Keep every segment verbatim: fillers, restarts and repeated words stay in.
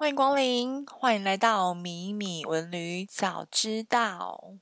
欢迎光临，欢迎来到米米文旅早知道。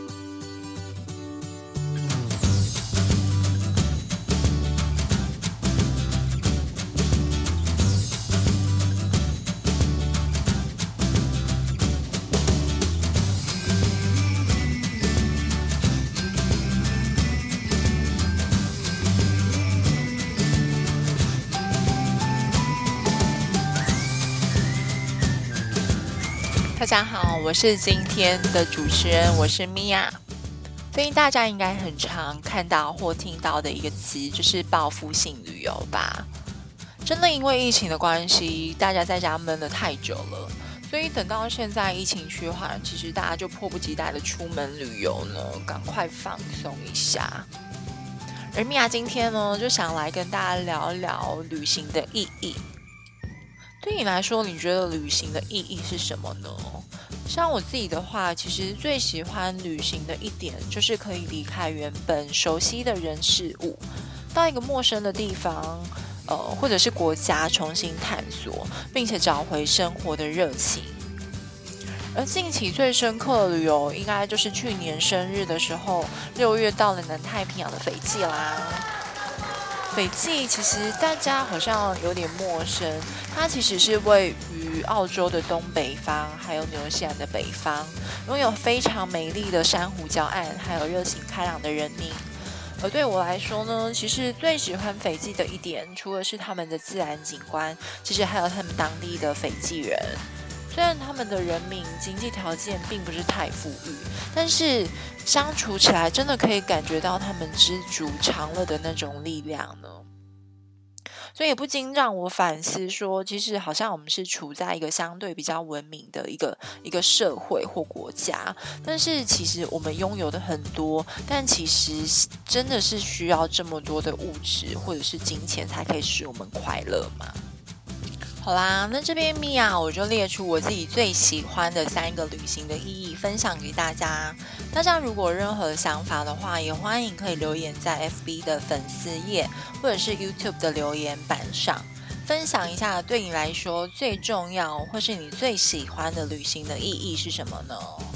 大家好，我是今天的主持人，我是米娅。最近大家应该很常看到或听到的一个词，就是报复性旅游吧。真的因为疫情的关系，大家在家闷了太久了，所以等到现在疫情趋缓，其实大家就迫不及待的出门旅游呢，赶快放松一下。而米娅今天呢，就想来跟大家聊一聊旅行的意义。对你来说，你觉得旅行的意义是什么呢？像我自己的话，其实最喜欢旅行的一点，就是可以离开原本熟悉的人事物，到一个陌生的地方，呃，或者是国家重新探索，并且找回生活的热情。而近期最深刻的旅游，应该就是去年生日的时候，六月到了南太平洋的斐济啦。斐济其实大家好像有点陌生，它其实是位于澳洲的东北方，还有纽西兰的北方，拥有非常美丽的珊瑚礁岸，还有热情开朗的人民。而对我来说呢，其实最喜欢斐济的一点，除了是他们的自然景观，其实还有他们当地的斐济人。虽然他们的人民经济条件并不是太富裕，但是相处起来真的可以感觉到他们知足常乐的那种力量呢。所以也不禁让我反思说，其实好像我们是处在一个相对比较文明的一个一个社会或国家，但是其实我们拥有的很多，但其实真的是需要这么多的物质或者是金钱才可以使我们快乐吗？好啦，那这边米娅我就列出我自己最喜欢的三个旅行的意义，分享给大家。大家如果有任何的想法的话，也欢迎可以留言在 F B 的粉丝页，或者是 YouTube 的留言板上，分享一下对你来说最重要，或是你最喜欢的旅行的意义是什么呢？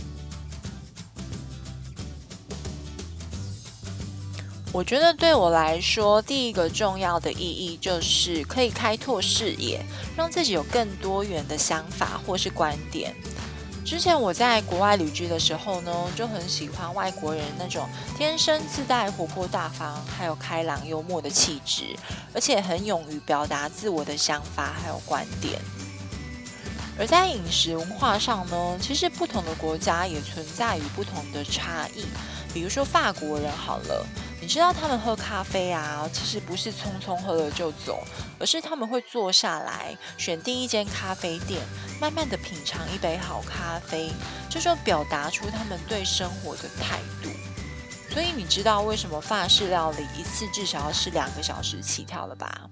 我觉得对我来说，第一个重要的意义就是可以开拓视野，让自己有更多元的想法或是观点。之前我在国外旅居的时候呢，就很喜欢外国人那种天生自带活泼大方，还有开朗幽默的气质，而且很勇于表达自我的想法还有观点。而在饮食文化上呢，其实不同的国家也存在于不同的差异。比如说法国人好了，你知道他们喝咖啡啊，其实不是匆匆喝了就走，而是他们会坐下来，选定一间咖啡店，慢慢的品尝一杯好咖啡，这就表达出他们对生活的态度。所以你知道为什么法式料理一次至少要吃两个小时起跳了吧？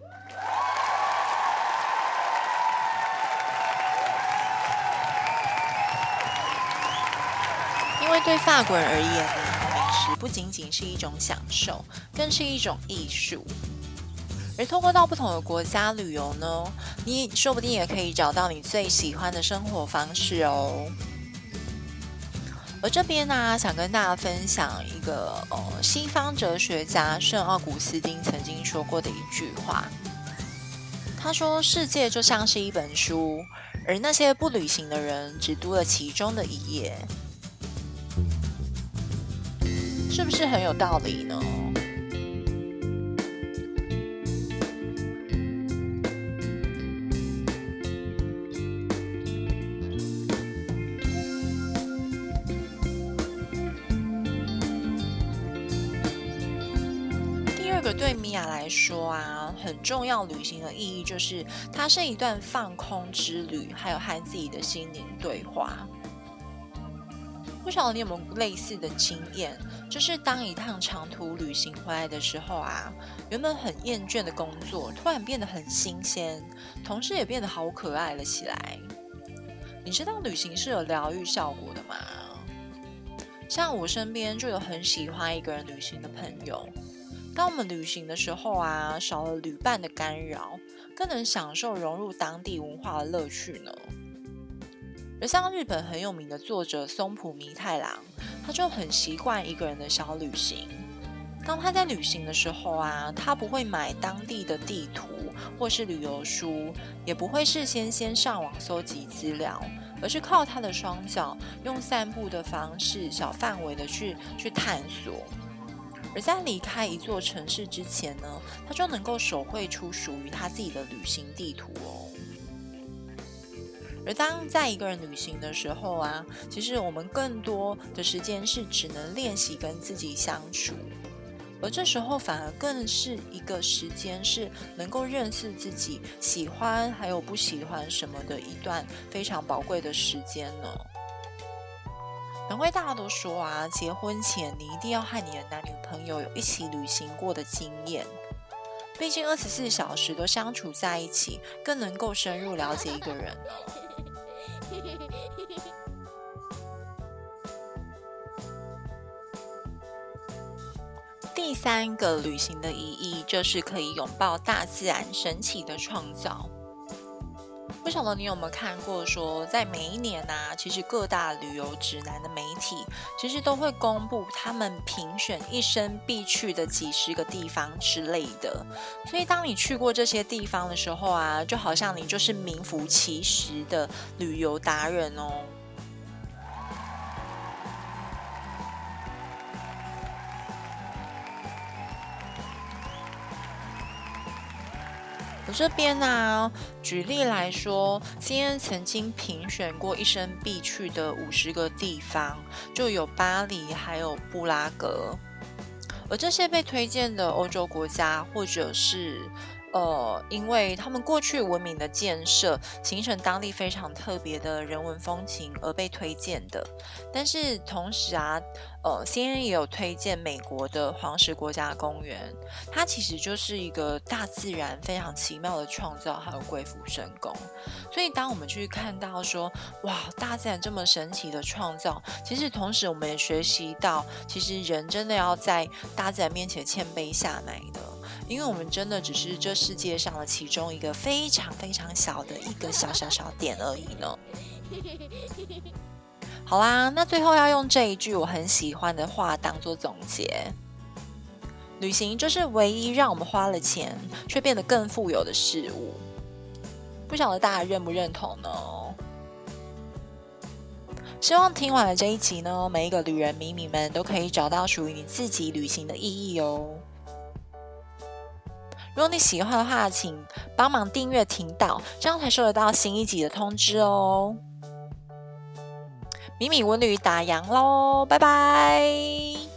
因为对法国人而言啊，美食不仅仅是一种享受，更是一种艺术。而透过到不同的国家旅游呢，你说不定也可以找到你最喜欢的生活方式哦。而这边呢、啊，想跟大家分享一个呃，西方哲学家圣奥古斯丁曾经说过的一句话。他说：“世界就像是一本书，而那些不旅行的人只读了其中的一页。”是不是很有道理呢？第二个对米娅来说啊，很重要旅行的意义就是它是一段放空之旅，还有和自己的心灵对话。不晓得你有没有类似的经验，就是当一趟长途旅行回来的时候啊，原本很厌倦的工作突然变得很新鲜，同事也变得好可爱了起来。你知道旅行是有疗愈效果的吗？像我身边就有很喜欢一个人旅行的朋友， 当我们旅行的时候啊，少了旅伴的干扰，更能享受融入当地文化的乐趣呢。而像日本很有名的作者松浦弥太郎，他就很习惯一个人的小旅行。当他在旅行的时候啊，他不会买当地的地图或是旅游书，也不会事先先上网搜集资料，而是靠他的双脚，用散步的方式，小范围的去去探索。而在离开一座城市之前呢，他就能够手绘出属于他自己的旅行地图哦。而当在一个人旅行的时候啊，其实我们更多的时间是只能练习跟自己相处，而这时候反而更是一个时间是能够认识自己喜欢还有不喜欢什么的一段非常宝贵的时间呢。难怪大家都说啊，结婚前你一定要和你的男女朋友有一起旅行过的经验，毕竟二十四小时都相处在一起，更能够深入了解一个人哦。第三个旅行的意义就是可以拥抱大自然神奇的创造。不晓得你有没有看过说，在每一年啊，其实各大旅游指南的媒体其实都会公布他们评选一生必去的几十个地方之类的。所以当你去过这些地方的时候啊，就好像你就是名副其实的旅游达人哦。我这边啊，举例来说，今天曾经评选过一生必去的五十个地方，就有巴黎，还有布拉格。而这些被推荐的欧洲国家，或者是呃，因为他们过去文明的建设，形成当地非常特别的人文风情而被推荐的。但是同时啊，呃 C N N 也有推荐美国的黄石国家公园，它其实就是一个大自然非常奇妙的创造，还有鬼斧神工。所以当我们去看到说，哇，大自然这么神奇的创造，其实同时我们也学习到，其实人真的要在大自然面前谦卑下来的。因为我们真的只是这世界上的其中一个非常非常小的一个小小小点而已呢。好啦，那最后要用这一句我很喜欢的话当做总结：旅行就是唯一让我们花了钱却变得更富有的事物。不晓得大家认不认同呢？希望听完了这一集呢，每一个旅人迷迷们都可以找到属于你自己旅行的意义哦。如果你喜欢的话，请帮忙订阅频道，这样才收得到新一集的通知哦。米米文旅打烊咯，拜拜。